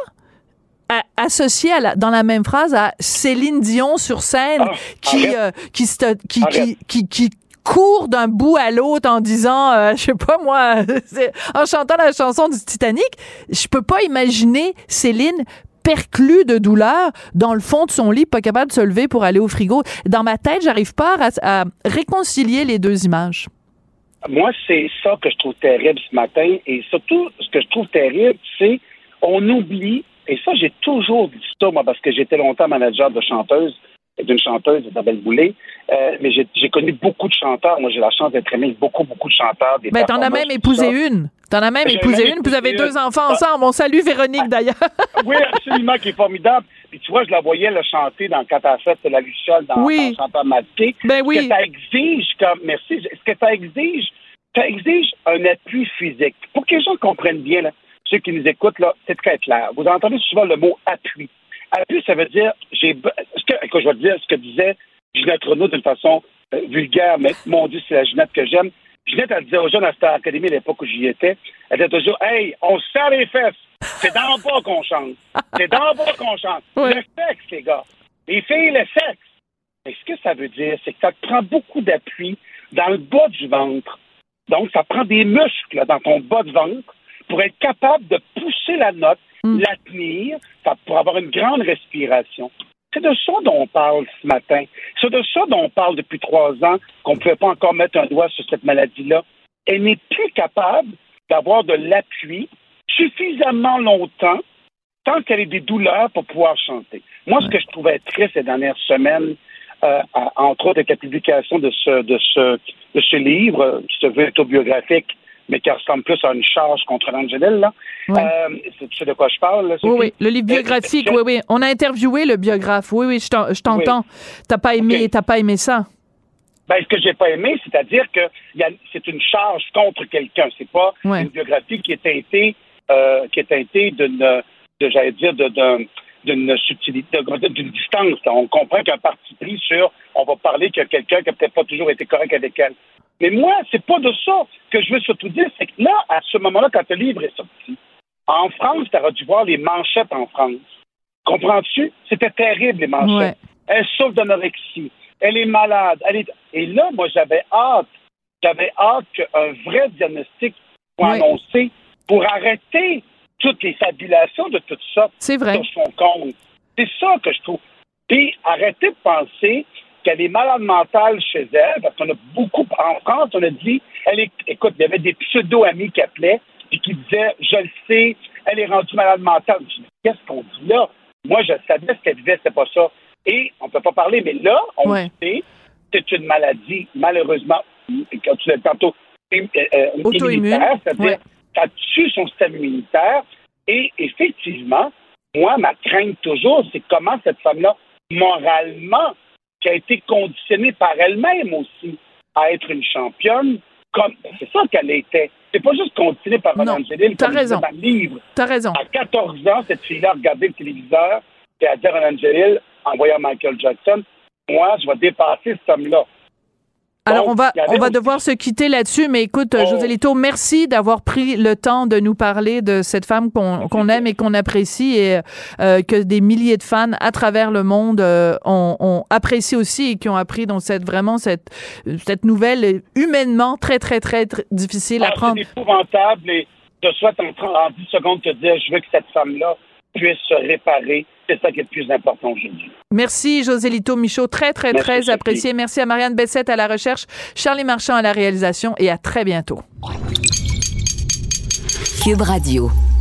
à, associé à la, dans la même phrase à Céline Dion sur scène, ah, qui, euh, qui, qui, qui, qui, qui court d'un bout à l'autre en disant, euh, je sais pas moi, en chantant la chanson du Titanic, je peux pas imaginer Céline perclue de douleur dans le fond de son lit, pas capable de se lever pour aller au frigo. Dans ma tête, j'arrive pas à, à réconcilier les deux images. Moi, c'est ça que je trouve terrible ce matin, et surtout, ce que je trouve terrible, c'est on oublie, et ça, j'ai toujours dit ça, moi, parce que j'étais longtemps manager de chanteuse, d'une chanteuse, Isabelle Boulay, euh, mais j'ai, j'ai connu beaucoup de chanteurs. Moi, j'ai la chance d'être aimé beaucoup, beaucoup de chanteurs. Des ben, t'en as même épousé une. T'en as même j'ai épousé même une, puis vous avez une. deux enfants ensemble. On salue Véronique, d'ailleurs. Oui, absolument, qui est formidable. Puis tu vois, je la voyais le chanter dans quand elle a fait la Luciole dans, oui. dans Chanteur masqué. Ben oui. Ce que ça exige, comme, merci, ce que ça exige, ça exige un appui physique. Pour que les gens comprennent bien, là, ceux qui nous écoutent, là, c'est très clair. Vous entendez souvent le mot appui. Appui, ça veut dire, j'ai, ce que, écoute, je vais te dire ce que disait Ginette Renaud d'une façon euh, vulgaire, mais mon Dieu, c'est la Ginette que j'aime. Ginette, elle disait aux jeunes à Star Academy à l'époque où j'y étais, elle disait toujours, hey, on se serre les fesses. C'est dans le bas qu'on chante. C'est dans le bas qu'on chante. Ouais. Le sexe, les gars. Les filles, le sexe. Mais ce que ça veut dire, c'est que ça te prend beaucoup d'appui dans le bas du ventre. Donc, ça prend des muscles là, dans ton bas de ventre pour être capable de pousser la note, mm. la tenir, pour avoir une grande respiration. C'est de ça dont on parle ce matin. C'est de ça dont on parle depuis trois ans, qu'on ne pouvait pas encore mettre un doigt sur cette maladie-là. Elle n'est plus capable d'avoir de l'appui suffisamment longtemps, tant qu'elle ait des douleurs pour pouvoir chanter. Moi, ce que je trouvais triste ces dernières semaines, euh, entre autres avec la publication de ce, de ce, de ce livre, qui se veut autobiographique, mais qui ressemble plus à une charge contre l'Angélil, là. Oui. Euh, c'est, tu sais de quoi je parle, là? Oui, oui, le livre biographique, euh, oui, oui. On a interviewé le biographe, oui, oui, je, t'en, je t'entends. Oui. T'as pas aimé, okay. t'as pas aimé ça? Ben, ce que j'ai pas aimé, c'est-à-dire que y a, c'est une charge contre quelqu'un. C'est pas ouais. une biographie qui est teintée, euh, qui est teintée d'une, de, j'allais dire, de, de, d'une subtilité, de, d'une distance. Là. On comprend qu'un parti pris sur, on va parler qu'il y a quelqu'un qui a peut-être pas toujours été correct avec elle. Mais moi, c'est pas de ça que je veux surtout dire, c'est que là, à ce moment-là, quand le livre est sorti, en France, tu auras dû voir les manchettes en France. Comprends-tu? C'était terrible, les manchettes. Ouais. Elle souffre d'anorexie. Elle est malade. Elle est... Et là, moi, j'avais hâte. J'avais hâte qu'un vrai diagnostic soit oui. annoncé pour arrêter toutes les fabulations de toutes sortes c'est vrai. sur son compte. C'est ça que je trouve. Et arrêter de penser qu'elle est malade mentale chez elle, parce qu'on a beaucoup, en France, on a dit, elle est, écoute, il y avait des pseudo-amis qui appelaient, et qui disaient, je le sais, elle est rendue malade mentale. Je dis, qu'est-ce qu'on dit là? Moi, je savais ce qu'elle disait, c'était pas ça. Et on peut pas parler, mais là, on ouais. sait, c'est une maladie, malheureusement, quand tu l'as dit tantôt, euh, euh, immunitaire, c'est-à-dire, ouais. ça tue son système immunitaire. Et effectivement, moi, ma crainte toujours, c'est comment cette femme-là, moralement, qui a été conditionnée par elle-même aussi à être une championne, comme c'est ça qu'elle était. C'est pas juste conditionnée par Mme Angélil, comme raison. dans le livre. T'as raison. À quatorze ans, cette fille-là regardait le téléviseur et a dit à Mme Angélil, en voyant Michael Jackson, moi, je vais dépasser cet homme-là. Alors, on va, on va devoir se quitter là-dessus, mais écoute, oh. José Lito, merci d'avoir pris le temps de nous parler de cette femme qu'on, qu'on aime et qu'on apprécie et euh, que des milliers de fans à travers le monde euh, ont, ont apprécié aussi et qui ont appris donc cette, vraiment cette, cette nouvelle humainement très, très, très, très difficile ah, à prendre. C'est épouvantable et je souhaite en, en dix secondes te dire, je veux que cette femme-là puisse se réparer. C'est ça qui est le plus important aujourd'hui. Merci, José Lito Michaud. Très, très, Merci, très Sophie. Apprécié. Merci à Marianne Bessette à la recherche, Charlie Marchand à la réalisation et à très bientôt. Cube Radio.